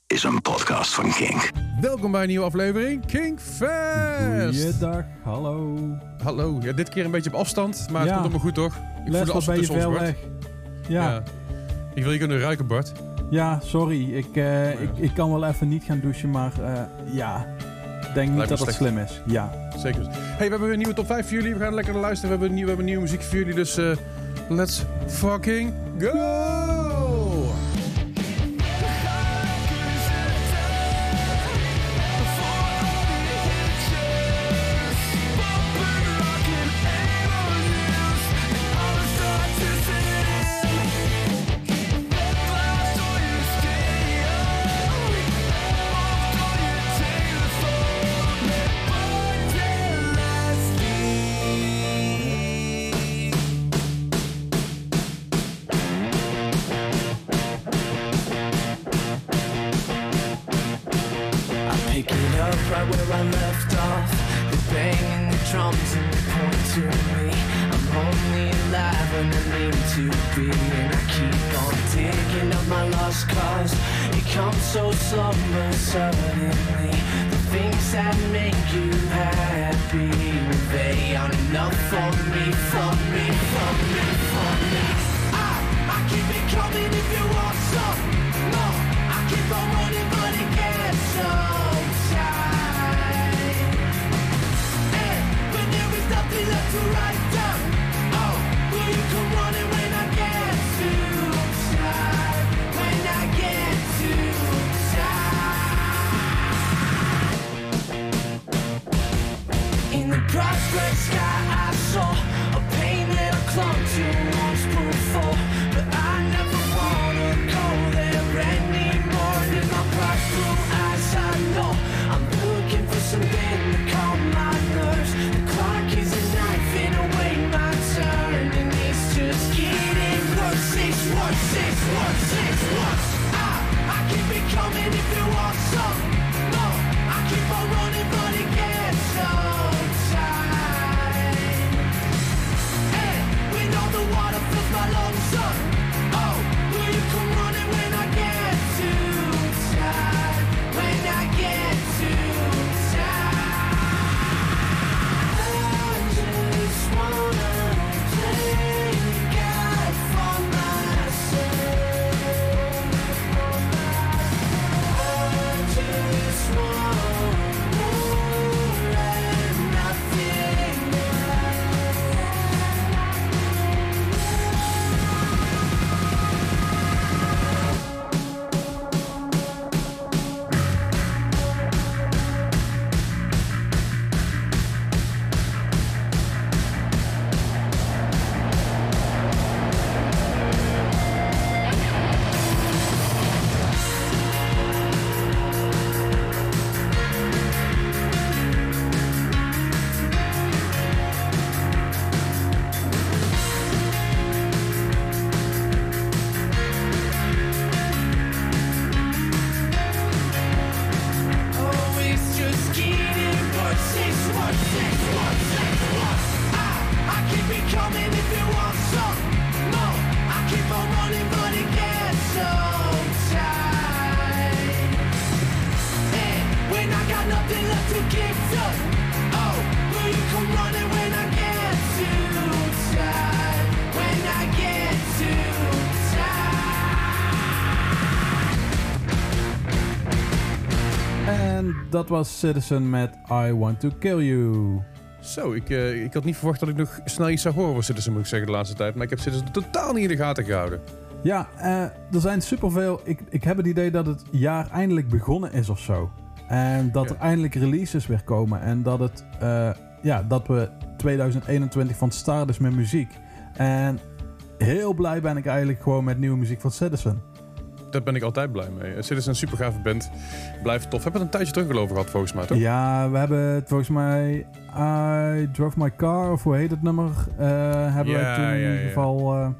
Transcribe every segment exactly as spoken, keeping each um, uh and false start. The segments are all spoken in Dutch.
is een podcast van Kink. Welkom bij een nieuwe aflevering Kinkfest. Goeiedag, hallo. Hallo, ja, dit keer een beetje op afstand, maar het ja. komt allemaal goed, toch? Ik Les, wat ben je veel weg. Ja. ja. Ik wil je kunnen ruiken, Bart. Ja, sorry. Ik, uh, ja. ik, ik kan wel even niet gaan douchen, maar uh, ja, ik denk niet dat het slim is. Ja. Zeker. Hey, we hebben weer een nieuwe top vijf voor jullie. We gaan lekker naar luisteren. We hebben, nieuw, we hebben nieuwe muziek voor jullie, dus uh, let's fucking go! Right where I left off, the banging the drums and they point to me. I'm only alive when I need to be, and I keep on digging up my lost cause. It comes so slow but suddenly. The things that make you happy, they aren't enough for me, for me, for me, for me. I, I keep it coming if you want some more. I keep on running but it gets so left to write down. Oh, will you come running when I get too tired? When I get too tired. In the prospect sky I saw a pain that I clung to once before, but I never wanna go there anymore. And in my bright blue eyes I know I'm looking for something to calm my nerves. The clock is in a way my turn, and it's just getting worse. It's worse, it's worse, it's worse. I, I keep it coming if you want some more. I keep on running but it gets so tight. Hey, when all the water fills my lungs up, oh, will you come running when I get too tired? When I get too tired. Dat was Citizen met I Want To Kill You. Zo, ik, uh, ik had niet verwacht dat ik nog snel iets zou horen voor Citizen, moet ik zeggen, de laatste tijd. Maar ik heb Citizen totaal niet in de gaten gehouden. Ja, uh, er zijn superveel. Ik, ik heb het idee dat het jaar eindelijk begonnen is of zo. En dat ja. er eindelijk releases weer komen. En dat, het, uh, ja, dat we twintig eenentwintig van start is met muziek. En heel blij ben ik eigenlijk gewoon met nieuwe muziek van Citizen. Daar ben ik altijd blij mee. Citizen is een super gave band. Blijft tof. We hebben het een tijdje terug over gehad, volgens mij, toch? Ja, we hebben het volgens mij I Drove My Car, of hoe heet het nummer? Uh, hebben ja, we toen ja, in ja. ieder geval... Uh,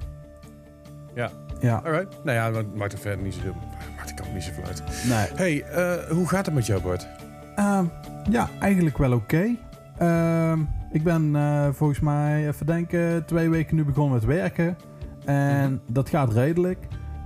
ja. ja. Alright. Nou ja, dat maakt er verder niet zoveel... Maakt de kant niet zoveel uit. Nee. Hey, uh, hoe gaat het met jou, Bart? Uh, ja, eigenlijk wel oké. Okay. Uh, ik ben uh, volgens mij, even denken, twee weken nu begonnen met werken. En mm-hmm. dat gaat redelijk.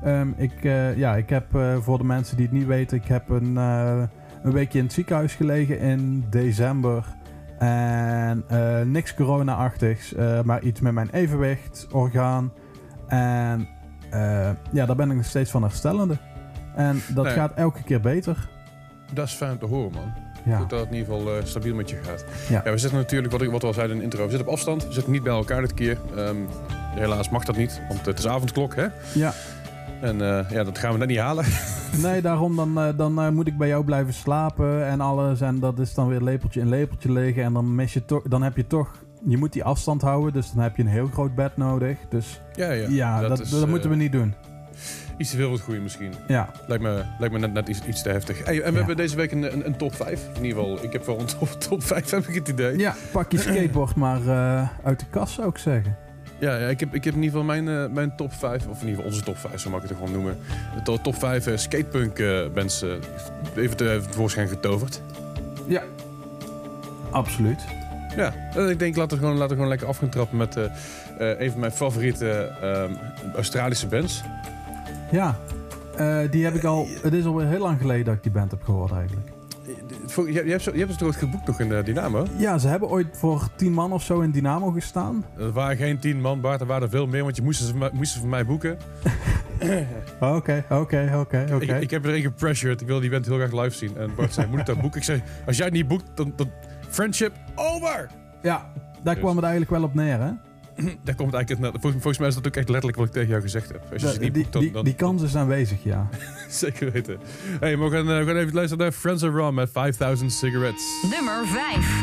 Um, ik, uh, ja, ik heb uh, voor de mensen die het niet weten, ik heb een, uh, een weekje in het ziekenhuis gelegen in december. En uh, niks corona-achtigs, uh, maar iets met mijn evenwicht, orgaan. En uh, ja, daar ben ik nog steeds van herstellende. En dat Nee. gaat elke keer beter. Dat is fijn te horen, man. Ja. Goed dat het in ieder geval uh, stabiel met je gaat. Ja. Ja, we zitten natuurlijk, wat, ik, wat we al zeiden in de intro, we zitten op afstand. We zitten niet bij elkaar dit keer. Um, helaas mag dat niet, want het is avondklok, hè? Ja. En uh, ja, dat gaan we net niet halen. Nee, daarom dan, uh, dan uh, moet ik bij jou blijven slapen en alles. En dat is dan weer lepeltje in lepeltje liggen. En dan, mis je toch, dan heb je toch... Je moet die afstand houden, dus dan heb je een heel groot bed nodig. Dus Ja, ja. ja, dat, dat, is, dat uh, moeten we niet doen. Iets te veel voor het goede misschien. Ja. Lijkt me, lijkt me net, net iets, iets te heftig. Hey, en we Ja. hebben deze week een, een, een top vijf. In ieder geval, ik heb voor een top, top vijf heb ik het idee. Ja, pak je skateboard maar uh, uit de kast, zou ik zeggen. Ja, ja ik, heb, ik heb in ieder geval mijn, uh, mijn top vijf, of in ieder geval onze top vijf, zo mag ik het gewoon noemen. De to- top vijf uh, skatepunk uh, bands uh, even te- even tevoorschijn getoverd. Ja. Absoluut. Ja, uh, ik denk laten we gewoon, laten we gewoon lekker af gaan trappen met uh, uh, een van mijn favoriete uh, Australische bands. Ja. Uh, die heb ik al... Het is alweer heel lang geleden dat ik die band heb gehoord eigenlijk. Je, je, hebt, zo, je hebt het toch ooit geboekt nog in uh, Dynamo? Ja, ze hebben ooit voor tien man of zo in Dynamo gestaan. Er waren geen tien man, Bart, er waren er veel meer, want je moest ze, moest ze van mij boeken. Oké, oké, oké, Ik, oké. ik heb erin gepressured, ik wil die band heel graag live zien. En Bart zei, moet ik dat boeken? Ik zei, als jij het niet boekt, dan, dan friendship over! Ja, daar Dus. kwam het eigenlijk wel op neer, hè? Daar komt het eigenlijk net, volgens, volgens mij is dat ook echt letterlijk wat ik tegen jou gezegd heb. Als je ze De- niet die, boekt, dan... die, dan die kans is aanwezig, ja. zeker weten. Hey, we gaan, uh, we gaan even luisteren naar Friends of Ron met vijfduizend Cigarettes. Nummer vijf.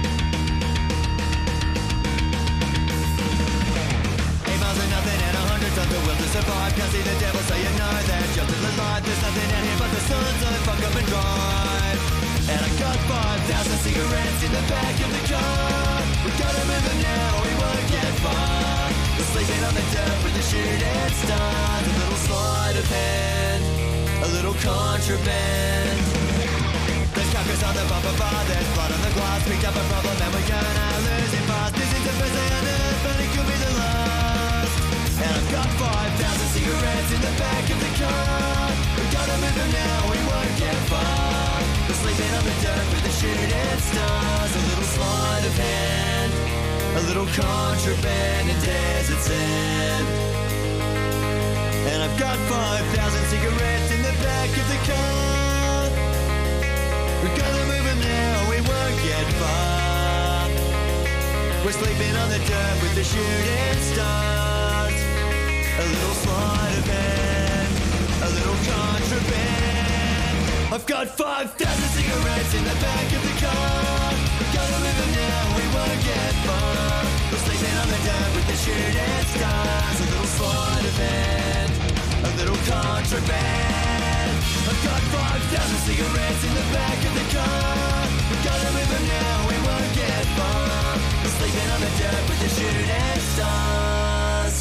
Eight miles of nothing and a hundred tons of will to survive. Can't see the devil, so you know that just in the light. There's nothing out here but the sun, so they fuck up and drive. And I got five thousand cigarettes in the back of the car. We gotta move them now, we won't get far. We're sleeping on the dirt with the shooting stars. A little sleight of hand, a little contraband. There's crackers on the bumper bar, there's blood on the glass. Picked up a problem and we're gonna lose it fast. This is the first day on earth, but it could be the last. And I've got five thousand cigarettes in the back of the car. We gotta move them now, we won't get far. We're sleeping on the dirt with the shooting stars. A little sleight of hand, a little contraband and desert sand. And I've got five thousand cigarettes in the back of the car. We're gonna move them now, we won't get far. We're sleeping on the dirt with the shooting stars. A little sleight of hand, a little contraband. I've got five thousand cigarettes in the back of the car. We're gonna move them now, we won't get far. We're sleeping on the dirt with the shooting stars. A little sleight of hand, a little contraband. I've got five thousand cigarettes in the back of the car. We gotta move them now, we won't get far. We're sleeping on the dirt with the shooting stars.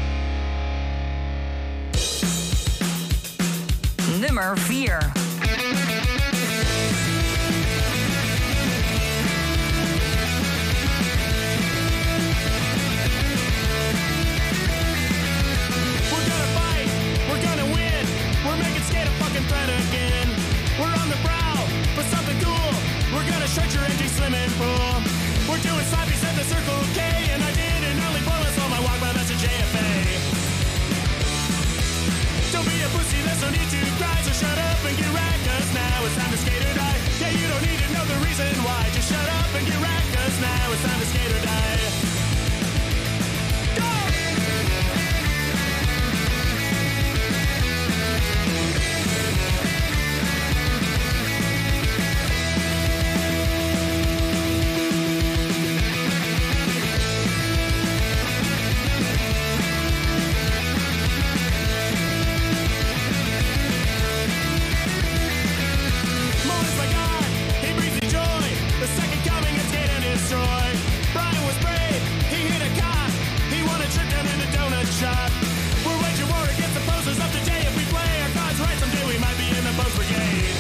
Nummer vier. We're gonna fight, we're gonna win. We're making skate a fucking threat again. We're on the prowl for something cool. We're gonna stretch your empty swimming pool. We're doing slappies at the Circle K, and I didn't only bonus on my walk, but that's a J F A. Don't be a pussy, there's no need to cry, so shut up and get wrecked, 'cause now it's time to skate or die. Yeah, you don't need to know the reason why, just shut up and get wrecked, 'cause now it's time to skate or die. Go! Molly's my God, he breathes me joy. The second coming is skate and destroy. Brian was brave, he hit a cop. He won a trip down in a donut shop. We're waging war against the posers of today. If we play our cards right, someday we might be in the post brigade.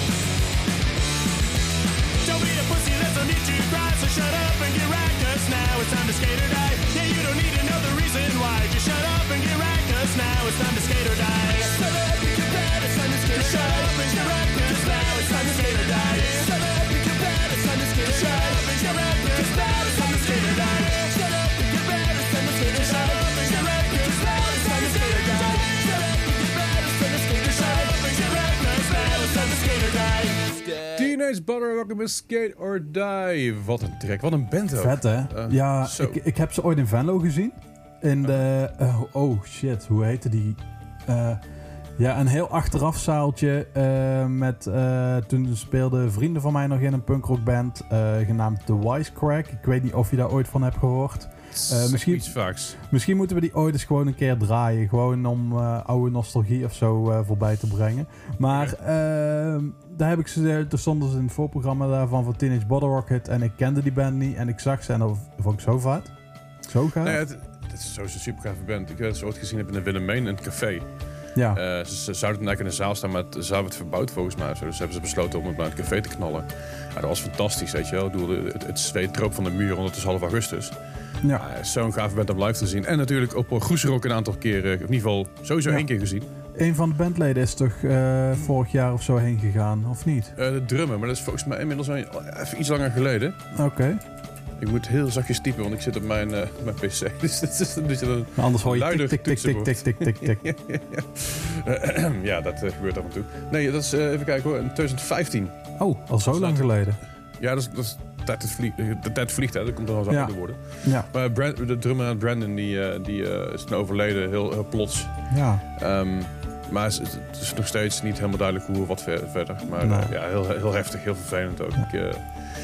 Don't be a pussy, there's no need to cry, so shut up and get racked, 'cause now it's time to skate or die. Yeah, you don't need to know the reason why, just shut up and get racked, 'cause cause now it's time to skate or die. Shut up, pick your bed, it's time to skate or die. Shut up, raise your rap, cause now it's time to skate or die. Shut up, pick your bed, it's time to skate or die. Shut up, raise your rap, cause now it's time to skate or die. Shut up, pick your bed, it's time to skate or die. Shut up, raise your rap, cause now it's time to skate or die. Shut up, pick your bed, it's time to skate or die. Shut up, raise your rap, cause now it's time to skate or die. Teenage Bottle met Skate or Die. Wat een track, wat een band ook. Vet, hè? Uh, ja, zo. ik, ik heb ze ooit in Venlo gezien. In de... Uh, oh, shit. Hoe heette die? Uh, ja, een heel achteraf zaaltje. Uh, met... Uh, toen speelden vrienden van mij nog in een punkrockband. Uh, genaamd The Wisecrack. Ik weet niet of je daar ooit van hebt gehoord. Uh, misschien, iets vaaks. misschien moeten we die ooit eens gewoon een keer draaien. Gewoon om uh, oude nostalgie of zo uh, voorbij te brengen. Maar Ja. uh, daar heb ik ze... Toen stonden ze in het voorprogramma daarvan van Teenage Bottle Rocket. En ik kende die band niet. En ik zag ze en dat vond ik zo vet. Zo gaaf. Nee, het, het is sowieso een super gave band. Ik heb het zo ooit gezien heb in de Willemijn in het café. Ja. Uh, ze, ze zouden eigenlijk in de zaal staan, maar de zaal werd verbouwd volgens mij. Dus hebben ze besloten om het naar het café te knallen. Ja, dat was fantastisch, weet je wel. Ik bedoel, het, het zweet droop van de muur, want het is half augustus. Ja. Uh, Zo'n gave band om live te zien. En natuurlijk op Groesrock een aantal keren, in ieder geval sowieso Ja. één keer gezien. Een van de bandleden is toch uh, vorig jaar of zo heen gegaan, of niet? Uh, de drummer, maar dat is volgens mij inmiddels al even iets langer geleden. Oké. Okay. Ik moet heel zachtjes typen, want ik zit op mijn, uh, mijn pc. Dus dat is een beetje een Anders hoor je luider tik, tik, tik, tik, tik, tik, tik, tik. uh, ja, dat uh, gebeurt af en toe. Nee, dat is, uh, even kijken hoor, in twintig vijftien. Oh, al zo lang geleden. Ja, dat is, dat is tijd het vliegt, de tijd vliegt, hè. Dat komt er al zo Ja. ouder worden. Ja. Maar Brand, de drummer Brandon, die, uh, die uh, is toen overleden, heel, heel plots. Ja. Um, maar het, het is nog steeds niet helemaal duidelijk hoe of wat ver, verder. Maar Nee. uh, ja, heel, heel heftig, heel vervelend ook. Ja. Ik, uh,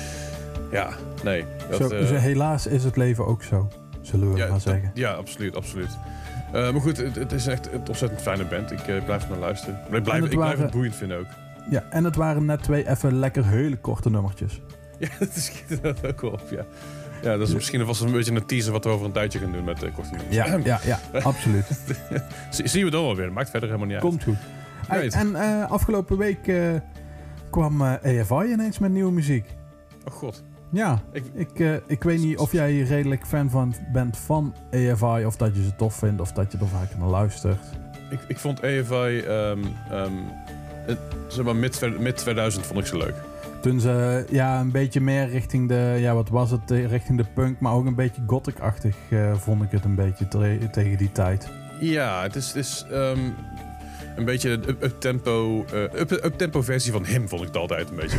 ja, nee. Dat, Zo, uh, zo, helaas is het leven ook zo, zullen we ja, maar zeggen. Ja, absoluut, absoluut. Uh, maar goed, het, het is echt een ontzettend fijne band. Ik uh, blijf er naar luisteren. Maar ik blijf, het ik blijf waren- het boeiend vinden ook. Ja, en het waren net twee even lekker hele korte nummertjes. Ja, dat schiet er ook wel op, ja. Ja, dat is misschien vast een beetje een teaser wat we over een tijdje gaan doen met uh, korte nummers. Ja, ja, ja, absoluut. Zie- Zien we dan wel weer. Maakt verder helemaal niet uit. Komt goed. Hey, Right. en uh, afgelopen week uh, kwam uh, A F I ineens met nieuwe muziek. Oh god. Ja, Ik, ik, uh, ik weet niet of jij redelijk fan van bent van A F I, of dat je ze tof vindt, of dat je er vaak naar luistert. ik, ik vond A F I, um, um, het, zeg maar, mid, mid tweeduizend vond ik ze leuk. Toen ze ja, een beetje meer richting de, ja wat was het, eh, richting de punk, maar ook een beetje gothic-achtig uh, vond ik het een beetje tre- tegen die tijd. Ja, het is, het is um, een beetje een up- up-tempo uh, up, up-tempo versie van Him vond ik het altijd een beetje.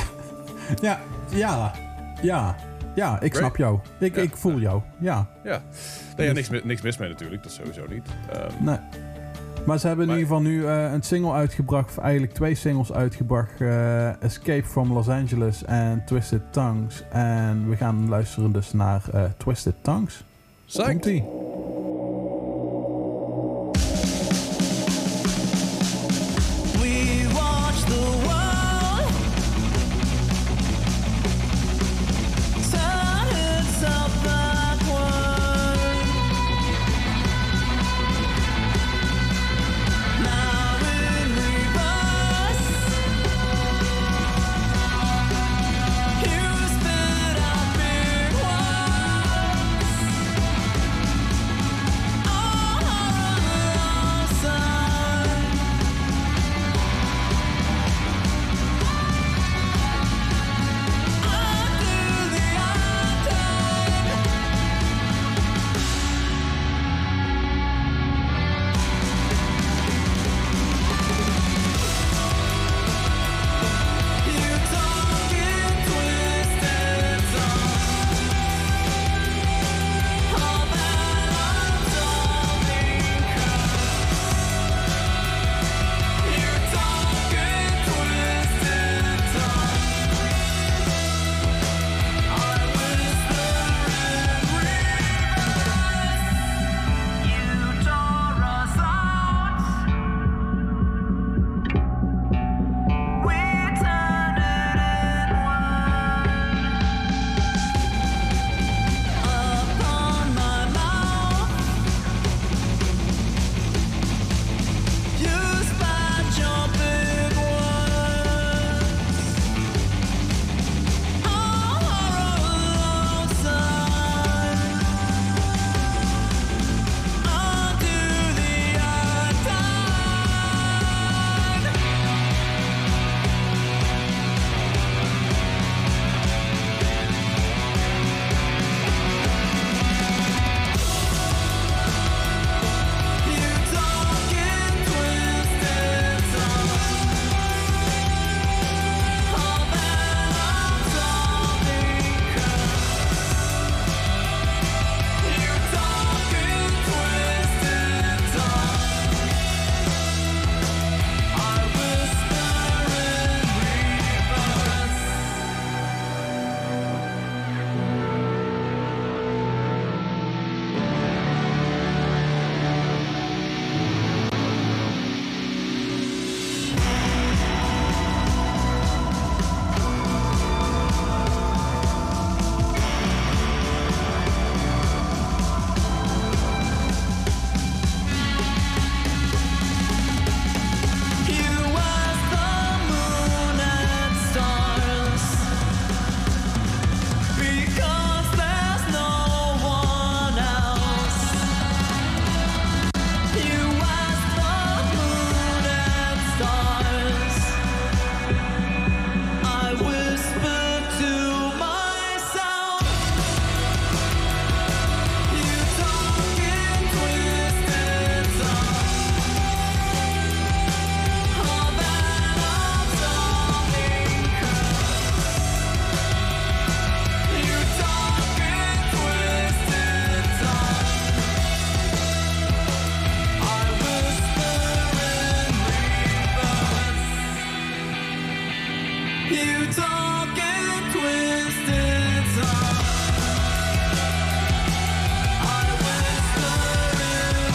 Ja, ja, ja, ja, ik snap jou. Ik, Ja. ik voel jou, ja. Ja, nee, ja niks, mi- niks mis mee natuurlijk, dat sowieso niet. Um, Nee. Maar ze hebben in Maar- ieder geval nu uh, een single uitgebracht, of eigenlijk twee singles uitgebracht. Uh, Escape from Los Angeles en Twisted Tongues. En we gaan luisteren dus naar uh, Twisted Tongues. Psyched. Komt-ie. We watch the world turn itself backward. Now in reverse, you spit out big words. You talk and twist and talk. I whisper in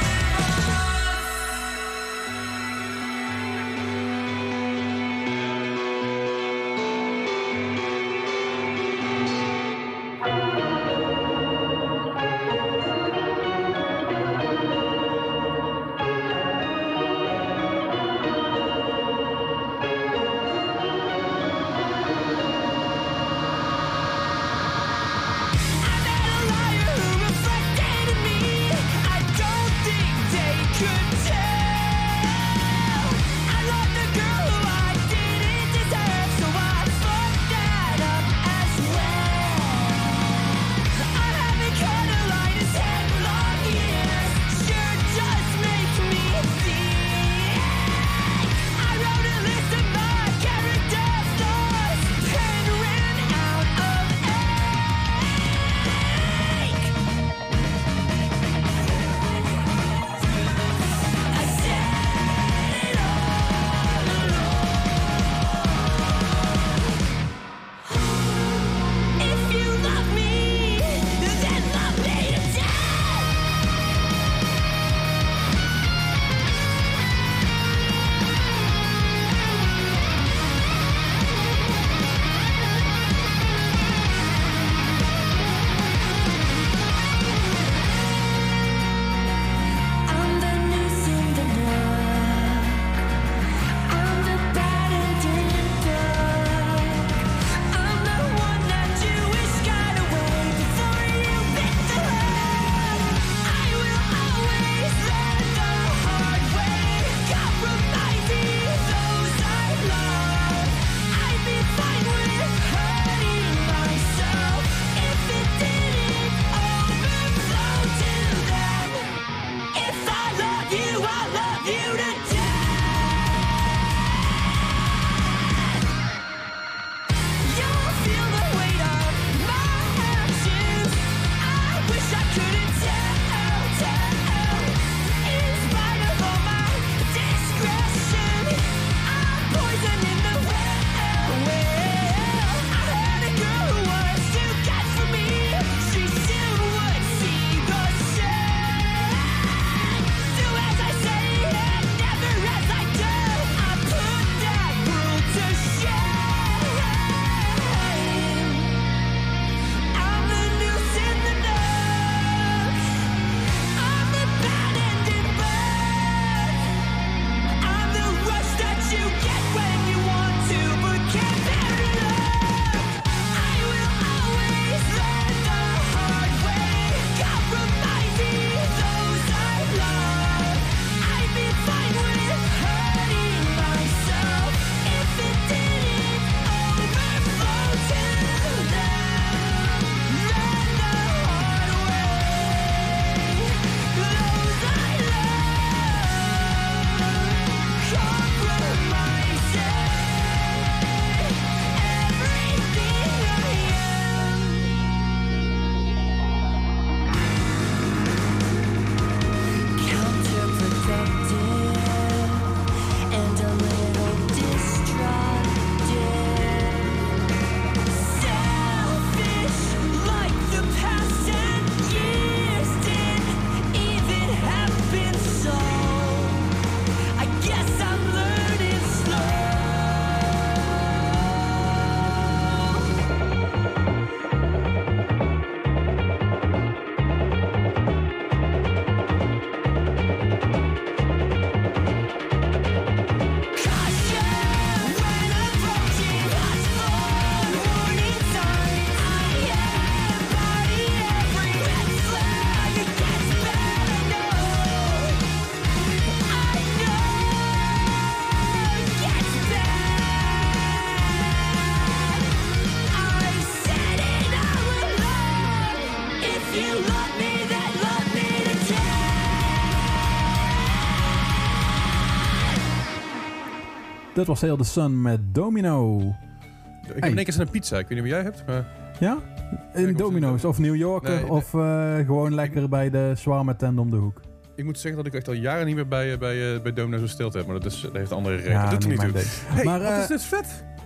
Dat was Hail the Sun met Domino. Ik heb in één keer een pizza. Ik weet niet wat jij hebt. Maar... Ja? In ik Domino's of New Yorker nee, nee. of uh, gewoon lekker ik... bij de shawarma tent om de hoek. Ik moet zeggen dat ik echt al jaren niet meer bij, bij, bij Domino's gestild heb. Maar dat, is, dat heeft andere reden. Ja, dat doet er niet toe. Hey, Hey, maar, wat uh, is dit vet?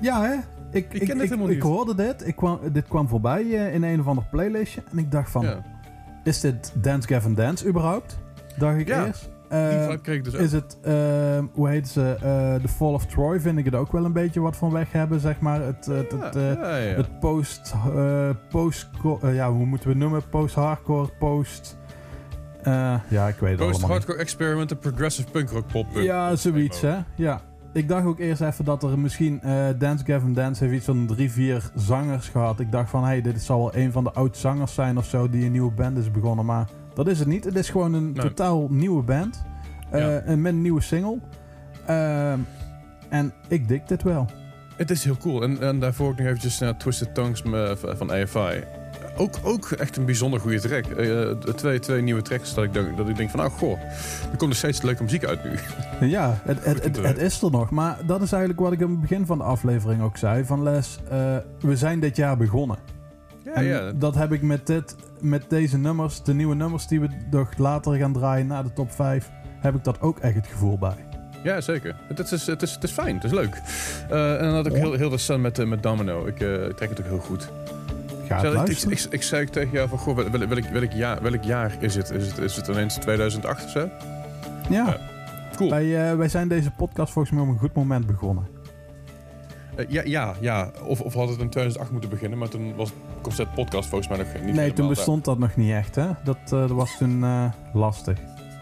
Ja, hè? Ik, Ik ik, ken dit ik, helemaal ik niet. hoorde dit. Ik kwam, dit kwam voorbij uh, in een of ander playlistje. En ik dacht van, Ja. is dit Dance Gavin Dance überhaupt? Dacht ik Ja, eerst. Die Uh, vibe kreeg ik dus ook. is het, uh, hoe heet ze, uh, The Fall of Troy vind ik het ook wel een beetje wat van weg hebben, zeg maar. Het, het, het, uh, ja, ja. het post, uh, post, uh, ja, hoe moeten we het noemen? Post-hardcore, post, uh, ja, ik weet het allemaal niet. Post-hardcore experiment, progressive punk rock pop. punk. Ja, zoiets, hè. Ja. Ik dacht ook eerst even dat er misschien uh, Dance Gavin Dance heeft iets van drie, vier zangers gehad. Ik dacht van, hé, hey, dit zal wel een van de oud-zangers zijn of zo die een nieuwe band is begonnen. Maar dat is het niet. Het is gewoon een Nee. totaal nieuwe band. Uh, Ja. en met een nieuwe single. Uh, en ik dik dit wel. Het is heel cool. En, en daarvoor ook nog eventjes naar Twisted Tongues uh, van A F I. Ook, ook echt een bijzonder goede track. Uh, twee, twee nieuwe tracks dat ik, denk, dat ik denk van, nou goh, er komt nog steeds leuke muziek uit nu. Ja, het, het, het, het is er nog. Maar dat is eigenlijk wat ik in het begin van de aflevering ook zei. Van Les, uh, we zijn dit jaar begonnen. Ja, En ja. dat heb ik met, dit, met deze nummers, de nieuwe nummers die we nog later gaan draaien na de top vijf, heb ik dat ook echt het gevoel bij. Ja, zeker. Het is, het is, het is fijn, het is leuk. Uh, en dan had ik heel, heel de sun met, uh, met Domino. Ik, uh, ik trek het ook heel goed. Ga het Zal ik, ik, luisteren. ik, ik zei tegen jou van, goh, welk, welk, welk, jaar, welk jaar is het? Is het, is het ineens tweeduizend acht of zo? Ja, Ja. Cool. wij, uh, wij zijn deze podcast volgens mij op een goed moment begonnen. Uh, ja, ja, ja. Of, of had het in tweeduizend acht moeten beginnen, maar toen was het concept podcast volgens mij nog niet Nee, helemaal toen daar. bestond dat nog niet echt, hè? Dat, uh, dat was toen uh, lastig.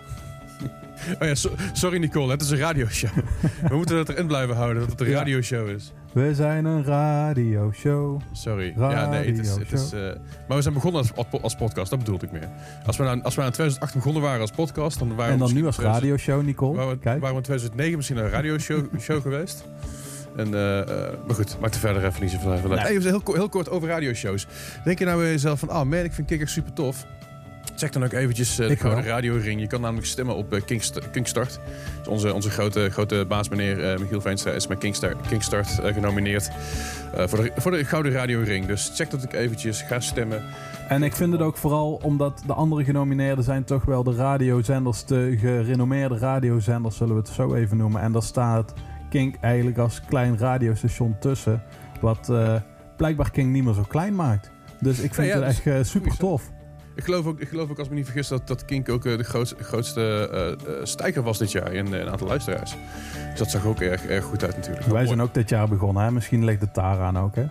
Oh ja, so- sorry Nicole, het is een radioshow. We moeten dat erin blijven houden, dat het een Ja. radioshow is. We zijn een radioshow. Sorry. Ja, nee, het is... Het is uh, maar we zijn begonnen als, als podcast, dat bedoelde ik meer. Als we, nou, als we in tweeduizend acht begonnen waren als podcast, dan waren En we dan nu als misschien in radioshow, Nicole. Waren we, Kijk. waren we in tweeduizend negen misschien een radioshow show geweest. En, uh, uh, maar goed, maakt er verder even niet zoveel uit. Nee. Hey, even heel, ko- heel kort over radioshows. Denk je nou bij jezelf van, oh man, ik vind Kikkers super tof. Check dan ook eventjes uh, de Ik Gouden wel. Radioring. Je kan namelijk stemmen op uh, Kingst- Kingstart. Dus onze, onze grote, grote baas, meneer uh, Michiel Veenstra, is met Kingstart, Kingstart uh, genomineerd uh, voor, de, voor de Gouden Radioring. Dus check dat ook eventjes. Ga stemmen. En ik vind het ook vooral omdat de andere genomineerden zijn toch wel de radiozenders, de gerenommeerde radiozenders, zullen we het zo even noemen. En daar staat Kink eigenlijk als klein radiostation tussen, wat uh, blijkbaar Kink niet meer zo klein maakt. Dus ik vind Ja, ja, het echt uh, super goeie tof. Ik geloof ook, ik geloof ook als ik me niet vergis, dat, dat Kink ook uh, de grootste, grootste uh, uh, stijger was dit jaar in uh, een aantal luisteraars. Dus dat zag ook erg, erg goed uit natuurlijk. Wij zijn ook dit jaar begonnen, hè? Misschien ligt het daar aan ook, hè?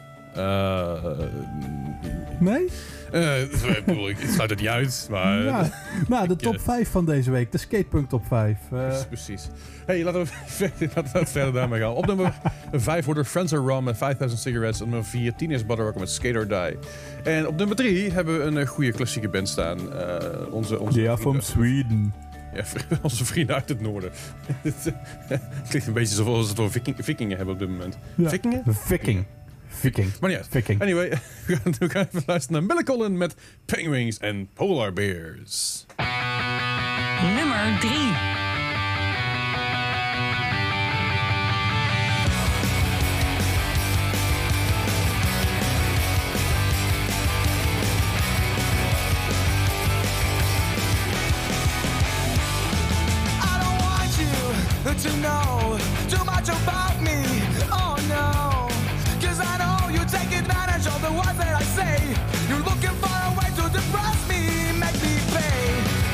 Uh, Nee? uh, ik bedoel, ik sluit het niet uit, maar... Ja. Nou, de top vijf van deze week, de Skatepunk top vijf. Uh, Precies. Hey, laten we, verder, laten we verder daarmee gaan. Op nummer vijf wordt er Friends Are Rum met vijfduizend Cigarettes. Op nummer vier Teenage Butterrocker met Skate or Die. En op nummer drie hebben we een uh, goede klassieke band staan. Uh, onze, onze ja, from Sweden. Ja, onze vrienden uit het noorden. Het klinkt een beetje zoals het we viking, vikingen hebben op dit moment. Ja. Vikingen? Viking. Viking. Maar niet uit. Viking. Anyway, we gaan, we gaan even luisteren naar Millencolin met Penguins en Polar Bears. Nummer drie. I don't want you to know too much about me. Oh no, cause I know you take advantage of the words that I say. You're looking for a way to depress me, make me pay.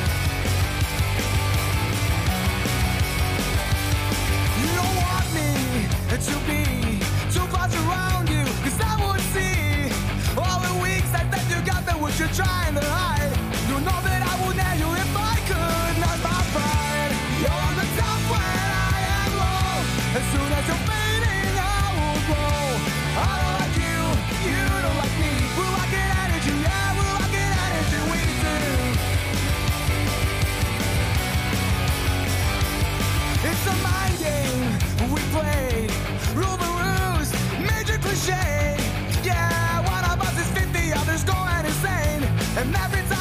You don't want me to be too close around you, cause I would see all the weeks that, that you got that what you're trying to hide. You know that I would nail you if I could, not my pride. You're on the top when I am low. As soon as you're fading, I will grow. I don't like you, you don't like me. We're like an energy, yeah, we're like an energy, we do. It's a mind game we play. Rule the ruse, major cliche. Yeah, one of us is fifty, others going insane. And every time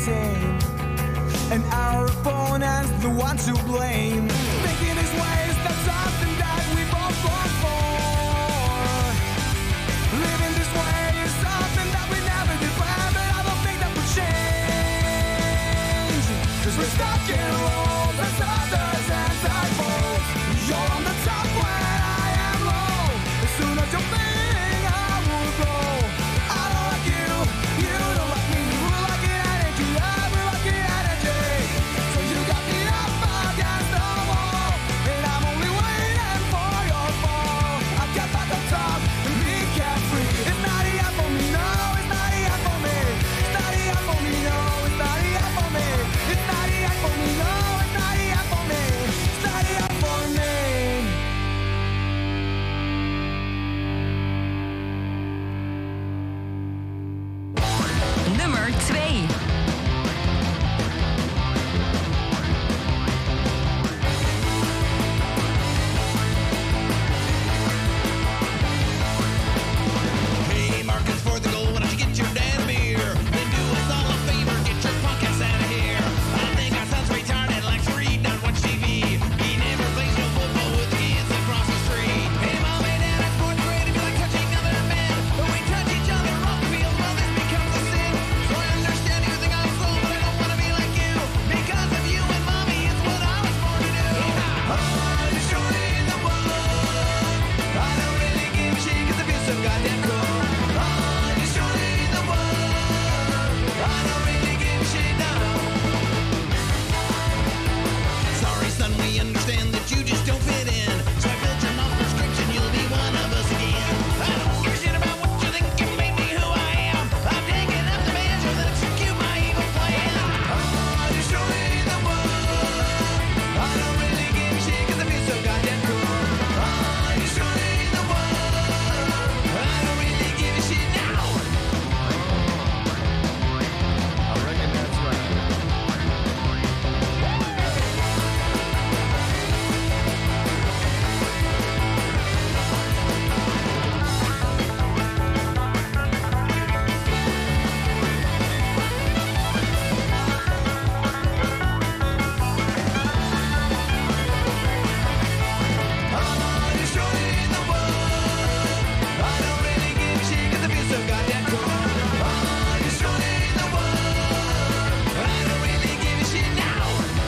shame. And our opponents, the ones to blame. Thinking his ways, that's something that we both long for. Living this way is something that we never define, but I don't think that would change. Cause we're stuck in roles as others and cycles. You're on the top when I am low. As soon as you think I will go. I don't like you, you don't like me. We're like an energy, yeah, we're like an energy. So you got me up against the wall, and I'm only waiting for your fall. I get back on top and be carefree. It's not enough for me, no, it's not enough for me. It's not enough for me, no, it's not enough for me. It's not enough for me, no, it's not enough for me. It's not enough for me. Nummer twee. Hey, Marcus, for the goal, why don't you get your dad a beer? Then do us all a favor, get your punk ass out of here. I think our son's retarded, likes to read, not watch T V. He never plays no football with the kids across the street. Hey, mom and dad, I'm fourth grade, if you like touching other men. But we touch each other off the field, well, this becomes a sin. So I understand you think I'm slow, but I don't want to be like you. Because of you and mommy, it's what I was born to do. I'm destroyed in the world. I don't really give a shit, cause I feel so goddamn cool. I'm destroyed in the world. I don't really give a shit, no. Sorry, son, we understand that you just don't fit in. So I filled your mom's prescription, you'll be one of us again. I don't give a shit about what you think, you made me who I am. I'm taking up the measure that execute my evil plan. I'm destroying the world. I don't really give a shit, cause I feel so goddamn cool. I'm destroying the world. I don't really give a shit now. I reckon that's right. I'm destroying the world. I don't really give a shit, cause I feel so goddamn cool. I'm destroying the world. I don't really give a shit now.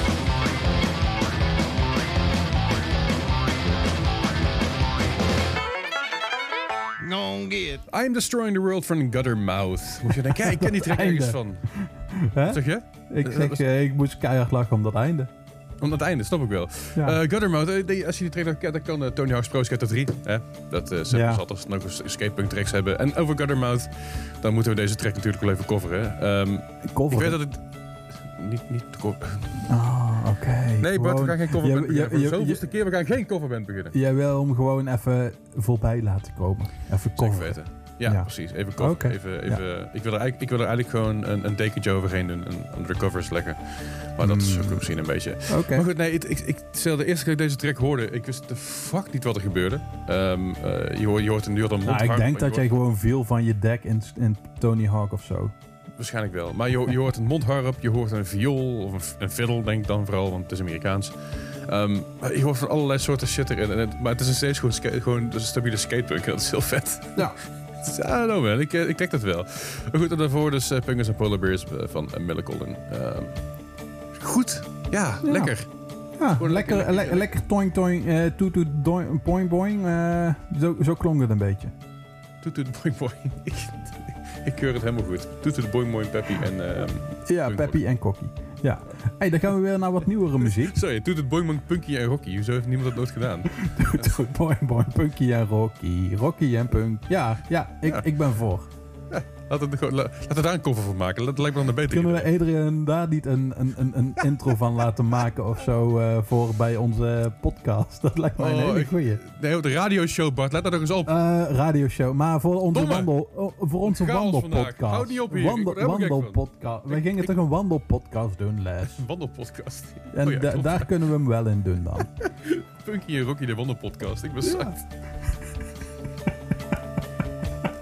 Gon' get. I'm Destroying the World van Guttermouth. Moet je denken, ja, ik ken die track Einde. ergens van. Hè? Wat zeg je? Ik, Dat zeg, was- eh, ik moest keihard lachen om dat einde. Om het einde, snap ik wel. Ja. Eh, Guttermouth, eh, die- als je die track kent, dan kan uh, Tony Hawk's Pro Skater drie. Hè? Dat uh, ze Ja. zal toch nog eens skatepunk tracks hebben. En over Guttermouth, dan moeten we deze track natuurlijk wel even coveren. Ehm, Cover. ik weet dat het... Niet, niet te co- Ah, oké. Nee, Bart, we gaan geen coverband Je- beginnen. Voor je- de je- zoveelste keer, we gaan geen coverband beginnen. Jij wil hem gewoon even voorbij laten komen. Even Zeker cover. weten. Ja, Ja. precies. Even cover. Oké. Even, even, ik, wil er eigenlijk, ik wil er eigenlijk gewoon een, een dekentje overheen doen. Een, een recovers leggen. Maar dat is Mm. ook misschien een beetje... Oké. Maar goed, nee, ik, ik, ik, stel de eerste keer dat ik deze track hoorde, ik wist de fuck niet wat er gebeurde. Um, uh, je, hoort, je hoort een, je hoort een Nou, mondharp, ik denk je dat jij hoort- gewoon viel van je deck in, in Tony Hawk of zo. Waarschijnlijk wel. Maar je, je hoort een mondharp, je hoort een viool of een, een fiddle, denk ik dan vooral, want het is Amerikaans. Um, maar je hoort van allerlei soorten shit erin. En het, maar het is nog steeds gewoon, ska- gewoon een stabiele skatepunk. En dat is heel vet. Ja. I don't know man, ik, eh, ik kijk dat wel. Maar goed, en daarvoor dus uh, Punkers en Polar Bears uh, van uh, Millicolin. Um, goed, ja, Ja. lekker. Ja, Gewoon lekker, lekker- lekker, lekker toing toing, eh toet toet doing, boing boing. eh, zo, zo klonk het een beetje. Toet toet boing boing. ik, ik keur het helemaal goed. Toet toet boing boing Peppy en... Um, Ja, Boing, Peppy en Kokkie. Ja. Hey, dan gaan we weer naar wat nieuwere muziek. sorry, toet het boing boing Punky en Rocky. Hoezo heeft niemand dat nooit gedaan? Toet toet boing boing, Punky en Rocky. Rocky en Punk. Ja, ja, ik, Ja. ik ben voor. Laten we, gewoon- la- laten we daar een cover van maken. Dat lijkt me dan een betere Kunnen we idee. Adrian daar niet een, een, een, een intro van laten maken of zo eh, voor bij onze podcast? Dat lijkt mij een Oh, hele ik- goeie. Nee, de radioshow, Bart. Let daar nog eens op. Eh radioshow, maar voor onze, Domme. wandel, oh, voor onze Chaos wandelpodcast. vandaag. Houd niet op hier. Ik Wandel, word er helemaal gek van. wandelpodcast. Wij Ik- gingen ik- toch een wandelpodcast doen, Les? Een wandelpodcast. En Oh ja, da- klopt. daar kunnen we hem wel in doen dan. Punky en Rocky, de wandelpodcast. Ik ben zat.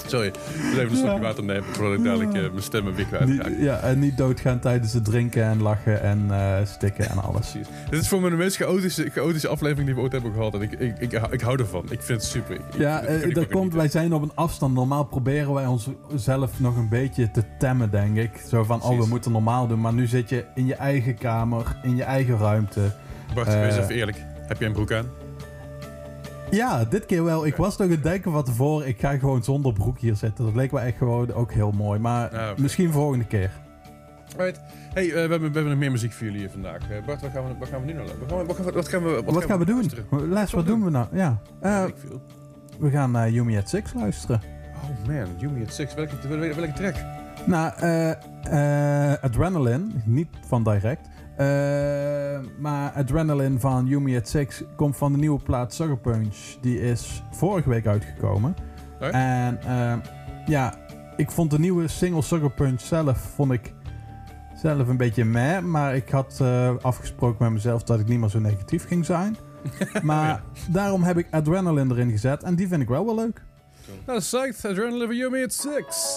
Sorry, dus even een slokje Ja. water nemen voordat ik dadelijk uh, mijn stem weer kwijt Niet, raak. ja, en niet doodgaan tijdens het drinken en lachen en uh, stikken en alles. Precies. Dit is voor mij de meest chaotische, chaotische aflevering die we ooit hebben gehad. En ik, ik, ik, ik hou ervan. Ik vind het super. Ik, Ja, ik, ik, ik, uh, dat komt, wij zijn op een afstand. Normaal proberen wij onszelf nog een beetje te temmen, denk ik. Zo van, Precies. oh, we moeten normaal doen. Maar nu zit je in je eigen kamer, in je eigen ruimte. Bart, Uh, wees even eerlijk. Heb jij een broek aan? Ja, dit keer wel. Ik was nog aan het denken van tevoren, ik ga gewoon zonder broek hier zitten. Dat leek me echt gewoon ook heel mooi. Maar Ah, okay. misschien volgende keer. Right. Hey, uh, we, hebben, we hebben nog meer muziek voor jullie hier vandaag. Uh, Bart, wat gaan, we, wat gaan we nu nou doen? Wat gaan we, wat gaan we, wat gaan we, Wat, wat gaan we doen? luisteren? Les, wat doen we nou? Ja, uh, Ik veel. we gaan naar uh, Yumi at Six luisteren. Oh man, Yumi at Six. Welke, welke, welke track? Nou, uh, uh, Adrenaline, niet van Direct. Uh, maar Adrenaline van Yumi at Six komt van de nieuwe plaat Sucker Punch. Die is vorige week uitgekomen. Right. En uh, ja, ik vond de nieuwe single Sucker Punch zelf, vond ik zelf een beetje meh. Maar ik had uh, afgesproken met mezelf dat ik niet meer zo negatief ging zijn. Maar ja. daarom heb ik Adrenaline erin gezet. En die vind ik wel wel leuk. Nou, dat is psyched. Adrenaline van Yumi at Six.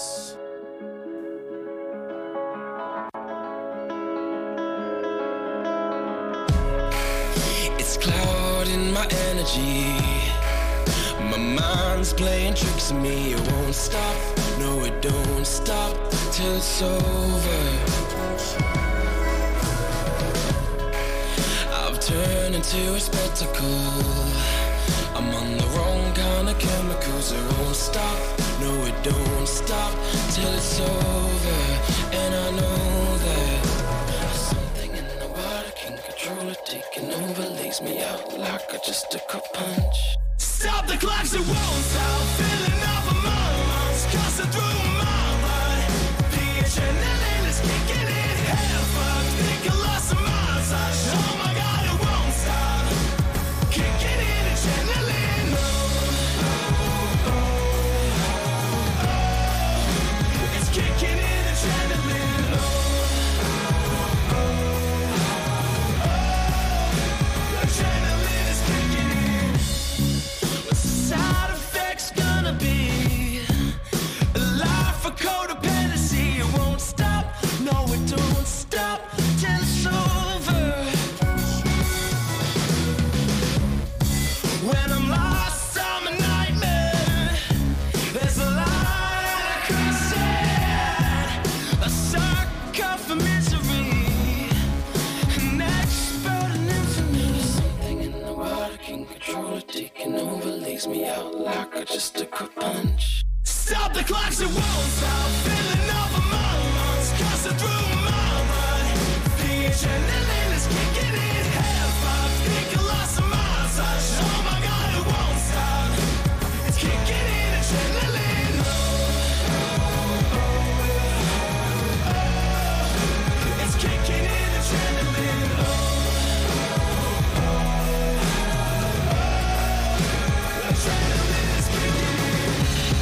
It's clouding my energy. My mind's playing tricks on me. It won't stop, no it don't stop till it's over. I've turned into a spectacle. I'm on the wrong kind of chemicals. It won't stop, no it don't stop till it's over. And I know that something in the water can control it, taking over, leaves me out like I just took a punch. Stop the clocks, it won't stop. Filling up my lungs, coursing through my blood. The adrenaline is kicking in, head fucked. Think I lost my touch. Oh my god, it won't stop. Kicking in adrenaline. Oh, oh, oh, oh. It's kicking in adrenaline. Oh, oh, oh, oh. Adrenaline is kicking in. Side effects gonna be a life for codependency. It won't stop, no it don't stop till it's over. When I'm lost, I'm a nightmare. There's a line I cross it, a sucker for misery, an expert in infamy. Something in the water can control it, taking over, leaves me out like I just took a punch. Stop the clocks, it won't stop. Filling up my lungs, coursing through my blood. The adrenaline is kicking in, head fucked. Think I lost my touch. Oh my god, it won't stop. It's kicking in adrenaline. Oh, oh, oh, oh. It's kicking in adrenaline. Oh, oh, oh, oh. Adrenaline is kicking in.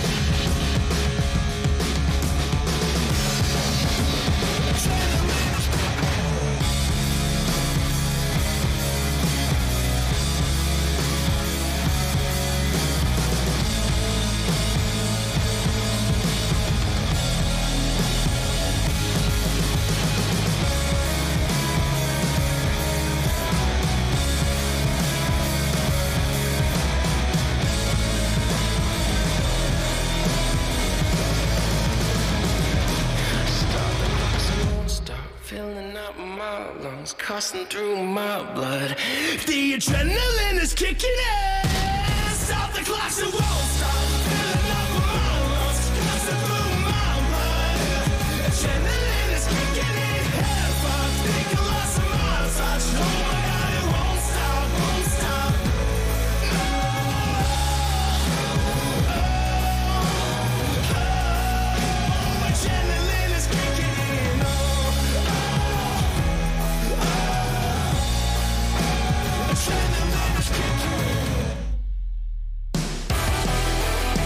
Filling up my lungs, coursing through my blood. The adrenaline is kicking in. Stop the clocks, it won't stop. Filling up my lungs, coursing through my blood. Adrenaline is kicking in. Head fucked, think I lost my touch. Oh my god, it won't stop, won't stop. No. Oh, oh, oh. Adrenaline is kicking in. Oh, oh, oh. Adrenaline is kicking in.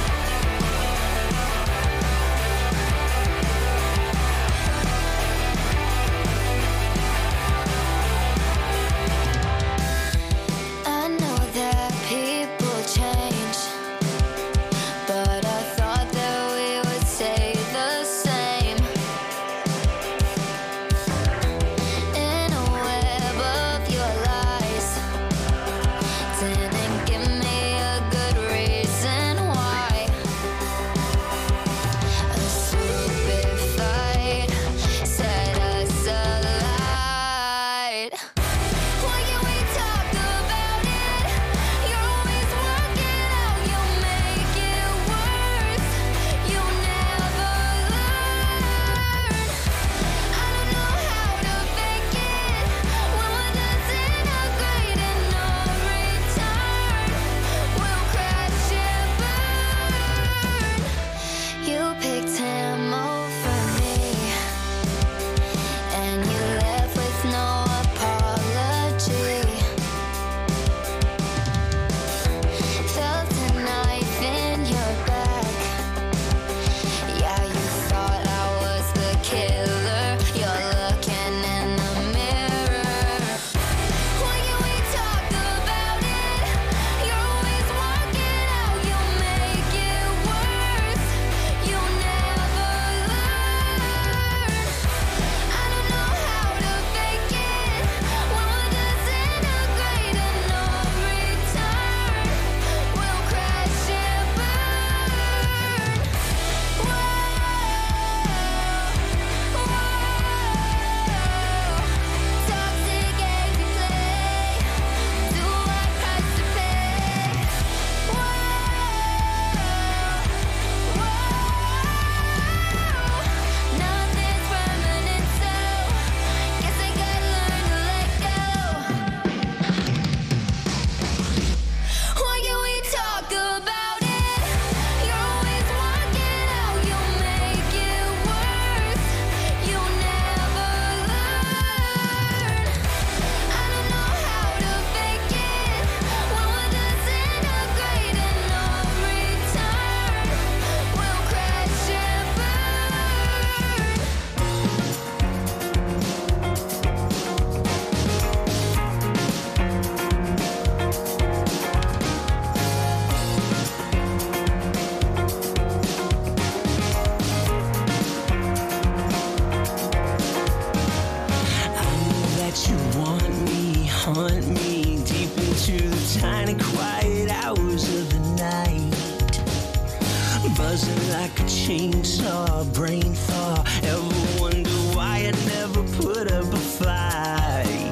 that you want me, haunt me deep into the tiny quiet hours of the night. Buzzing like a chainsaw, brain thaw. Ever wonder why I never put up a fight?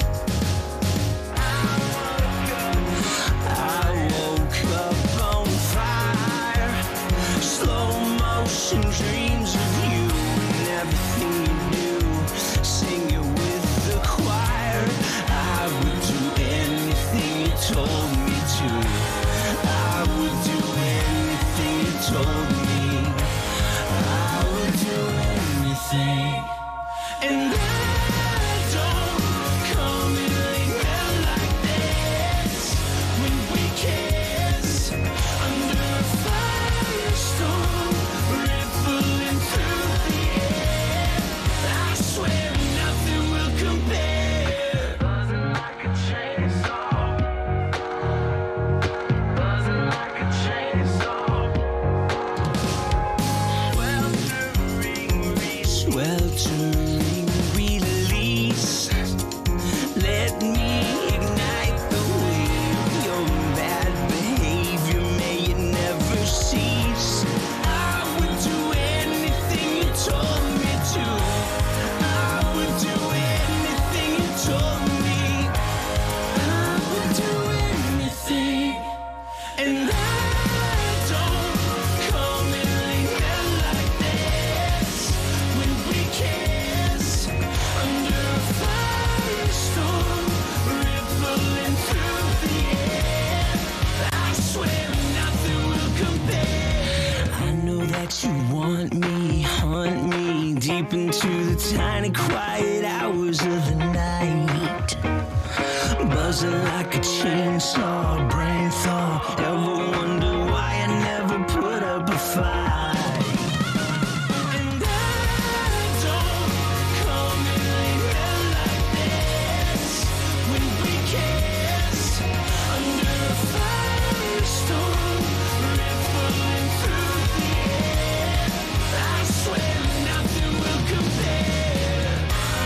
I woke up on fire, slow motion dreams of you and everything you knew, singing with the choir. I would do anything you told me to. I would do anything you told me. I would do anything. And I don't come in linger like this when we kiss under a firestorm, rippling through the air. I swear nothing will compare. Buzzing like a chainsaw, buzzing like a chainsaw. Sweltering, re- sweltering release. Let me ignite the wave. Your bad behavior, may it never cease. I would do anything you told me to. I would do anything you told me. I would do anything. And I don't come in linger like this when we kiss under a firestorm, rippling through the air. I swear nothing will compare. I know that you want me, haunt me deep into the tiny quiet hours of the night. Buzzing like a chainsaw, brain thaw. Ever wonder why I never put up a fight? And I don't come in linger like this when we kiss under a firestorm, rippling through the air. I swear nothing will compare.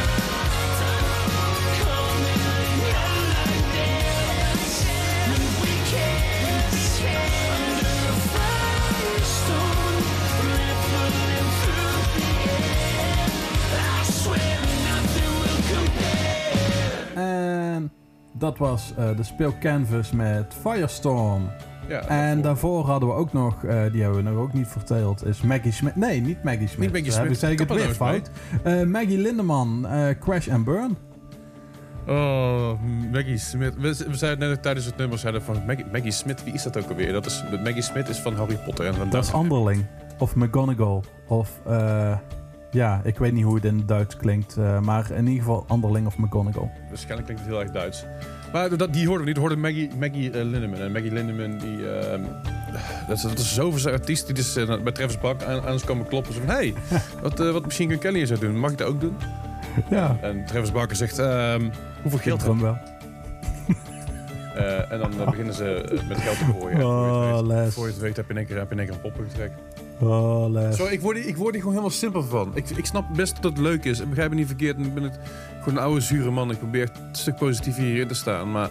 Come in linger like this when we kiss under a firestorm, rippling through the air. I swear nothing will compare. En dat was eh, de speel Canvas met Firestorm. Ja, En daarvoor hadden we ook nog, eh, die hebben we nog ook niet verteld, is Maggie Smith. Nee, niet Maggie Smith. Niet Maggie Daar heb ik Smith. zeker het weer Kappelnoos, fout. Eh, Maggie Lindemann, eh, Crash and Burn. Oh, Maggie Smith. We, we zeiden net tijdens het nummer zeiden van Maggie, Maggie Smith, wie is dat ook alweer? Dat is, Maggie Smith is van Harry Potter. En van Dat is Anderling. Of McGonagall. Of, eh, ja, ik weet niet hoe het in het Duits klinkt. eh, maar in ieder geval Anderling of McGonagall. Waarschijnlijk klinkt het heel erg Duits. Maar dat, die hoorden we niet. We hoorden Maggie, Maggie uh, Lindemann. En Maggie Lindemann, die, uh, dat, is, dat is zoveel artiest. Die is uh, bij Travis Bak aan, aan ons komen kloppen. Zo van, hey, wat, uh, wat Machine Gun Kelly zou doen, mag ik dat ook doen? Ja. En Travis Barker zegt, uh, hoeveel geld heb hem je? wel. Uh, en dan uh, beginnen ze uh, met geld te gooien. Oh, voor, je Les. weet, voor je het weet heb je in één keer, heb je in één keer een poppen getrekt. Oh, Les. Zo, ik word, hier, ik word hier gewoon helemaal simpel van. Ik, ik snap best dat het leuk is. En begrijp me niet verkeerd. En ik ben het, gewoon een oude zure man. Ik probeer een stuk positief hierin te staan. Maar...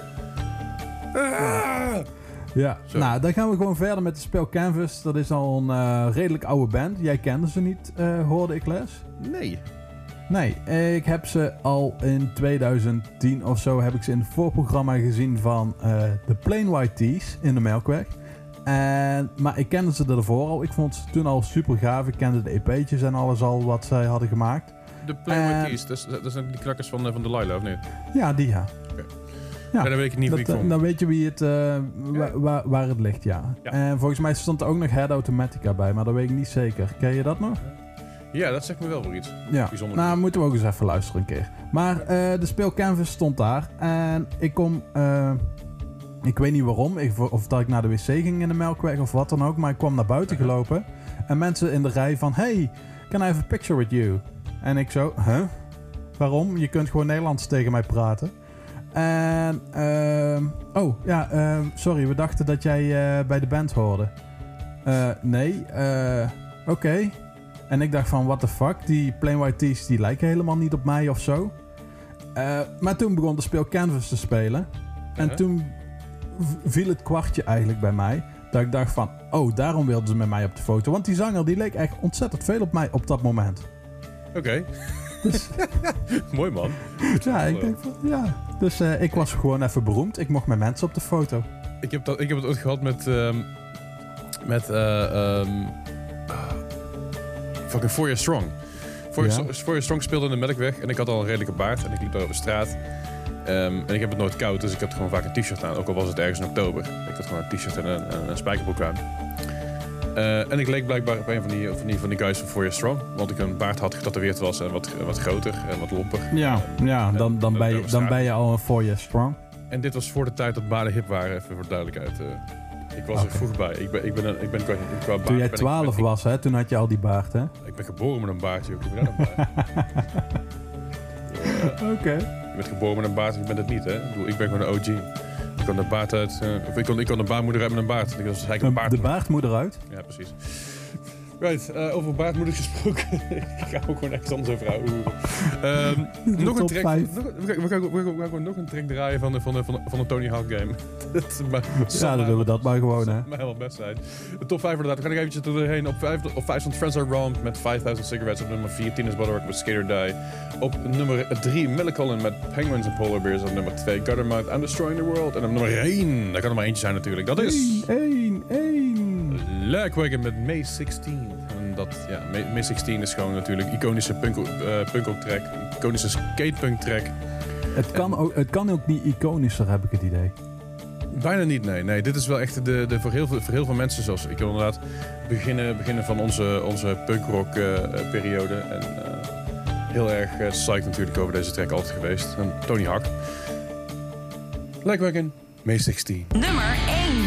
Ah! Ja, Zo. nou, dan gaan we gewoon verder met de speel Canvas. Dat is al een uh, redelijk oude band. Jij kende ze niet, uh, hoorde ik, Les? Nee. Nee, ik heb ze al in twintig tien of zo heb ik ze in het voorprogramma gezien van uh, de Plain White T's in de Melkweg. En, maar ik kende ze ervoor al. Ik vond ze toen al super gaaf. Ik kende de E P'tjes en alles al wat zij hadden gemaakt. De Plain White En- T's, dat, is- dat zijn die klakkers van, uh, van Delilah, of niet? Ja, die ja. Oké. Ja, Ja, dan weet ik niet wie ik dat, vond. dan weet je wie het, uh, wa- wa- waar het ligt, ja. Ja. En volgens mij stond er ook nog Head Automatica bij, maar dat weet ik niet zeker. Ken je dat nog? Ja, dat zegt me wel weer iets. Ja, Bijzonder. nou moeten we ook eens even luisteren een keer. Maar eh, de speel Canvas stond daar en ik kom... eh, ik weet niet waarom, ik, of dat ik naar de wc ging in de Melkweg of wat dan ook, maar ik kwam naar buiten gelopen en mensen in de rij van... Hey, can I have a picture with you? En ik zo, huh? Waarom? Je kunt gewoon Nederlands tegen mij praten. En, ehm, oh ja, ehm, sorry, we dachten dat jij eh, bij de band hoorde. Eh, nee, eh, oké. En ik dacht van, what the fuck, die Plain White T's die lijken helemaal niet op mij of zo. Uh, maar toen begon de speel Canvas te spelen. En Ja. toen v- viel het kwartje eigenlijk bij mij. Dat ik dacht van, oh, daarom wilden ze met mij op de foto. Want die zanger die leek echt ontzettend veel op mij op dat moment. Oké. Okay. Dus, Mooi man. ja, ik denk van, ja. Dus uh, ik was gewoon even beroemd. Ik mocht met mensen op de foto. Ik heb, dat, ik heb het ooit gehad met... Um, met... Uh, um, fucking Four Year Strong. Four Ja. Year, Four Year Strong speelde in de Melkweg. En ik had al een redelijke baard. En ik liep daar over straat. Um, en ik heb het nooit koud. Dus ik had gewoon vaak een t-shirt aan. Ook al was het ergens in oktober. Ik had gewoon een t-shirt en een, een, een spijkerbroek aan. Uh, en ik leek blijkbaar op een van die, van die, van die guys van Four Year Strong. Want ik een baard had getatoeëerd was. En wat, wat groter en wat lomper. Ja, ja dan, dan, ben je, dan ben je al een four year strong. En dit was voor de tijd dat baarden hip waren, even voor de duidelijkheid. Uh, ik was Okay. er vroeg bij. Ik ben, ik ben, een, ik ben qua, qua baard... Toen jij ben twaalf ik, ben, was, hè, toen had je al die baard, hè? Ik, ik ben geboren met een baardje. Ik ben een baard. Oké. Okay. Je bent geboren met een baard en je bent het niet, hè? Ik, bedoel, ik ben gewoon een O G. Ik kon de baard uit... Uh, of ik kon, ik kon de baarmoeder uit met een baard. Ik was eigenlijk een baard. De baardmoeder uit? Ja, precies. Right, uh, over baardmoeder gesproken. Ik ga ook gewoon echt anders over houden. Um, nog een track. Nog, we, gaan, we, gaan, we, gaan, we gaan gewoon nog een track draaien van de, van de, van de, van de Tony Hawk game. dat maar, ja, dan doen we dat maar gewoon, hè. Dat zou helemaal best zijn. De top vijf inderdaad. Dan ga ik eventjes doorheen. Op vijf, op vijf stond Friends Are Wrong met vijfduizend Cigarettes. Op nummer vier Teenage Butterwork met Skate or Die. Op nummer drie Millencolin met Penguins and Polar Bears. Op nummer twee Guttermouth and Destroying the World. En op nummer één, daar kan er maar eentje zijn natuurlijk. Dat is... één, één. Lagwagon met May zestien. En dat, ja, May, May zestien is gewoon natuurlijk iconische punk, uh, punk track. Iconische skatepunk track. Het kan, ook, het kan ook niet iconischer, heb ik het idee. Bijna niet, nee. nee. Dit is wel echt de, de, voor, heel veel, voor heel veel mensen zoals ik wil inderdaad beginnen, beginnen van onze, onze punkrock uh, periode. En uh, heel erg uh, psyched natuurlijk over deze track altijd geweest. En Tony Hawk. Lagwagon, May zestien. Nummer één.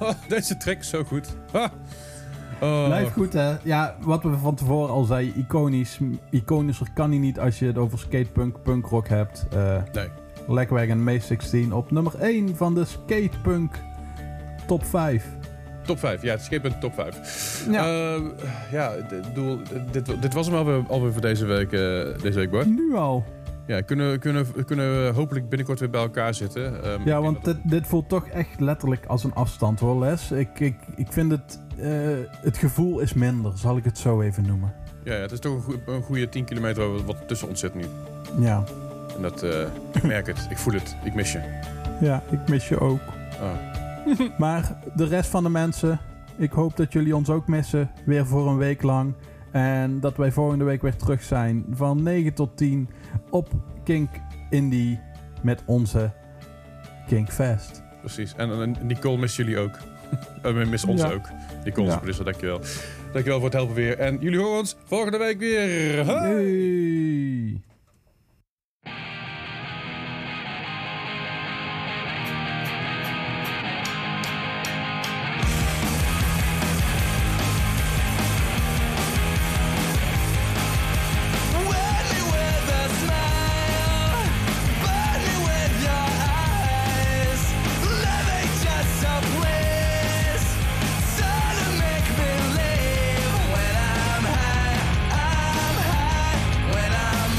deze track is zo goed. Ha. Oh. Blijft goed, hè? Ja, wat we van tevoren al zeiden, iconisch. Iconischer kan hij niet als je het over skatepunk, punkrock hebt. Uh, nee. Lagwagon May zestien op nummer één van de skatepunk top vijf. Top vijf, ja, het skatepunk top vijf. Ja, uh, ja d- doel, dit, dit was hem alweer, alweer voor deze week, uh, deze week, Bart. Nu al. Ja, kunnen, kunnen, kunnen we hopelijk binnenkort weer bij elkaar zitten. Um, ja, want dit, dit voelt toch echt letterlijk als een afstand, hoor, Les. Ik, ik, ik vind het... Uh, het gevoel is minder, zal ik het zo even noemen. Ja, ja het is toch een, goe, een goede tien kilometer wat, wat tussen ons zit nu. Ja. En dat, uh, ik merk het, ik voel het, ik mis je. Ja, ik mis je ook. Oh. Maar de rest van de mensen, ik hoop dat jullie ons ook missen, weer voor een week lang. En dat wij volgende week weer terug zijn van negen tot tien op Kink Indie met onze Kink Fest. Precies, en, en Nicole mist jullie ook. Uh, mis ons ja. ook. Nicole, ja. Dus dankjewel. Dankjewel voor het helpen weer. En jullie horen ons volgende week weer. Hey! Hey. When I'm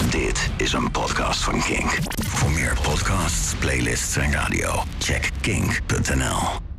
Dit is een podcast van Kink. Voor meer podcasts, playlists en radio, check kink punt n l.